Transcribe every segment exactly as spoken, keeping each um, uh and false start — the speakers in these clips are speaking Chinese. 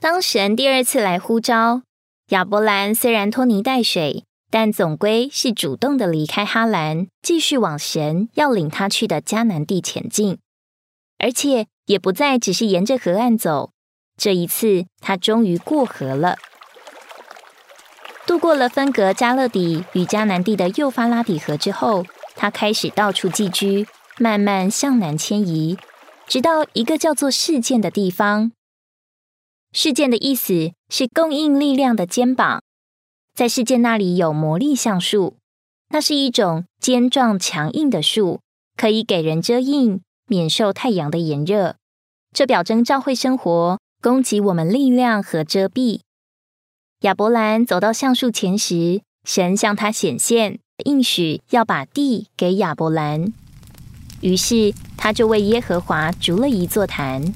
当神第二次来呼召，亚伯兰虽然拖泥带水，但总归是主动的离开哈兰，继续往神要领他去的迦南地前进，而且也不再只是沿着河岸走，这一次他终于过河了。渡过了分隔加勒底与迦南地的幼发拉底河之后，他开始到处寄居，慢慢向南迁移，直到一个叫做示剑的地方。示剑的意思是供应力量的肩膀，在示剑那里有魔力橡树，那是一种坚壮强硬的树，可以给人遮荫，免受太阳的炎热。这表征教会生活供给我们力量和遮蔽。亚伯兰走到橡树前时，神向他显现，应许要把地给亚伯兰。于是他就为耶和华筑了一座坛。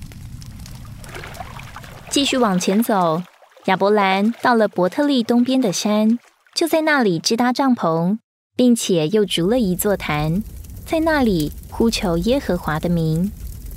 继续往前走，亚伯兰到了伯特利东边的山，就在那里支搭帐篷，并且又筑了一座坛，在那里呼求耶和华的名。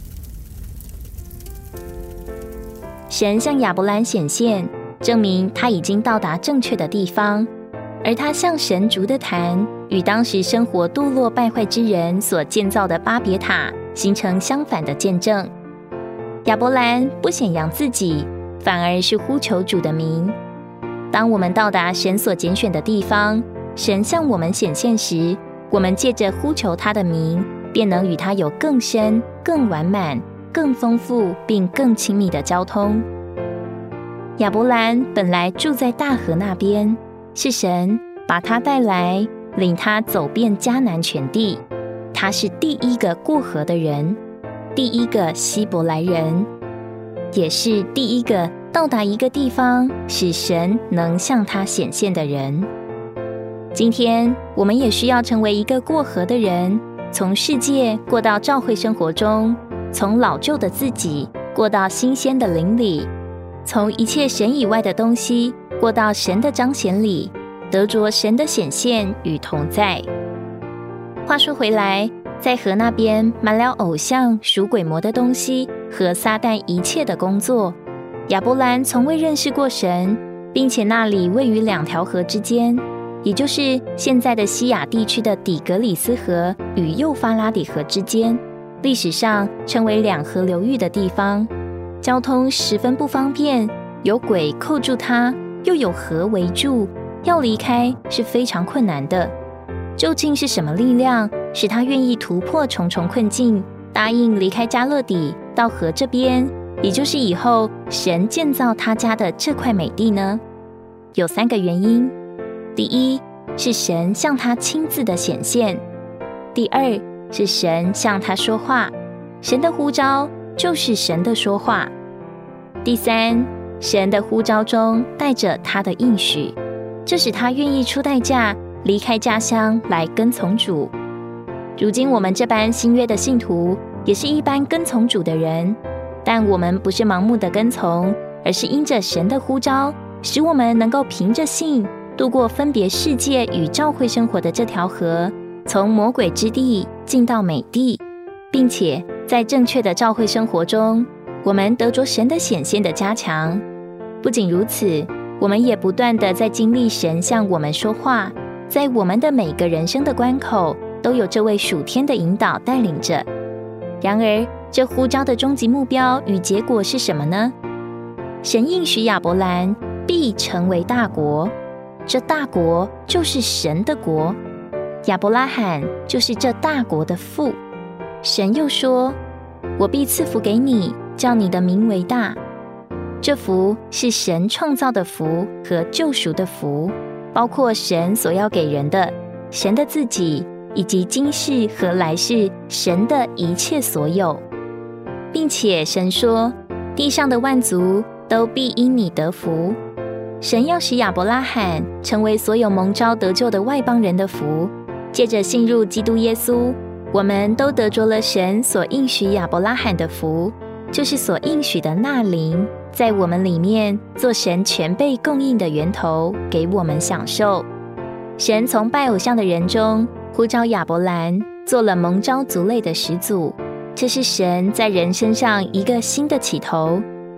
神向亚伯兰显现，证明他已经到达正确的地方，而他向神筑的坛与当时生活堕落败坏之人所建造的巴别塔形成相反的见证。亚伯兰不显扬自己，反而是呼求主的名。当我们到达神所拣选的地方，神向我们显现时，我们借着呼求他的名，便能与他有更深、更完满、更丰富并更亲密的交通。亚伯兰本来住在大河那边，是神把他带来，领他走遍迦南全地。他是第一个过河的人，第一个希伯来人，也是第一个到达一个地方使神能向他显现的人。今天我们也需要成为一个过河的人，从世界过到教会生活中，从老旧的自己过到新鲜的灵里，从一切神以外的东西过到神的彰显里，得着神的显现与同在。话说回来，在河那边满了偶像属鬼魔的东西和撒旦一切的工作。亚伯兰从未认识过神，并且那里位于两条河之间，也就是现在的西亚地区的底格里斯河与幼发拉底河之间，历史上称为两河流域的地方，交通十分不方便，有鬼扣住他，又有河围住，要离开是非常困难的。究竟是什么力量使他愿意突破重重困境，答应离开加勒底到河这边，也就是以后神建造他家的这块美地呢？有三个原因。第一，是神向他亲自的显现；第二，是神向他说话，神的呼召就是神的说话；第三，神的呼召中带着他的应许，这使他愿意出代价离开家乡来跟从主。如今我们这般新约的信徒，也是一般跟从主的人，但我们不是盲目的跟从，而是因着神的呼召，使我们能够凭着信渡过分别世界与教会生活的这条河，从魔鬼之地进到美地，并且在正确的教会生活中，我们得着神的显现的加强。不仅如此，我们也不断的在经历神向我们说话，在我们的每个人生的关口，都有这位属天的引导带领着。然而，这呼召的终极目标与结果是什么呢？神应许亚伯兰必成为大国，这大国就是神的国，亚伯拉罕就是这大国的父。神又说，我必赐福给你，叫你的名为大。这福是神创造的福和救赎的福，包括神所要给人的，神的自己，以及今世和来世神的一切所有。并且神说，地上的万族都必因你得福。神要使亚伯拉罕成为所有蒙召得救的外邦人的福。借着信入基督耶稣，我们都得着了神所应许亚伯拉罕的福，就是所应许的那灵，在我们里面做神全备供应的源头，给我们享受。神从拜偶像的人中呼召亚伯兰，做了蒙召族类的始祖，这是神在人身上一个新的起头，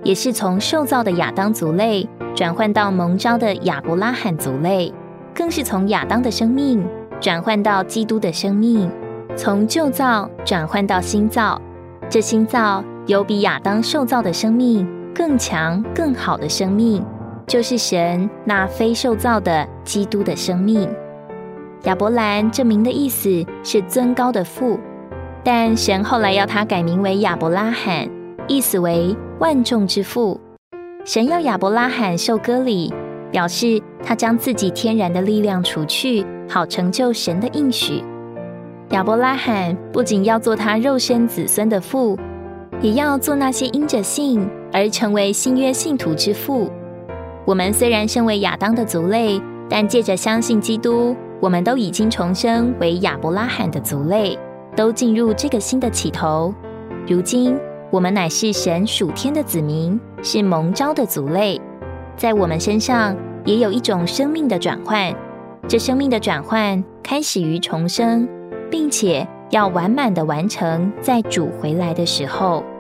也是从受造的亚当族类转换到蒙召的亚伯拉罕族类，更是从亚当的生命转换到基督的生命，从旧造转换到新造。这新造有比亚当受造的生命更强更好的生命，就是神那非受造的基督的生命。亚伯兰这名的意思是尊高的父，但神后来要他改名为亚伯拉罕，意思为万众之父。神要亚伯拉罕受割礼，表示他将自己天然的力量除去，好成就神的应许。亚伯拉罕不仅要做他肉身子孙的父，也要做那些因着信而成为新约信徒之父。我们虽然身为亚当的族类，但借着相信基督，我们都已经重生为亚伯拉罕的族类，都进入这个新的起头。如今我们乃是神属天的子民，是蒙召的族类，在我们身上也有一种生命的转换。这生命的转换开始于重生，并且要完满的完成在主回来的时候。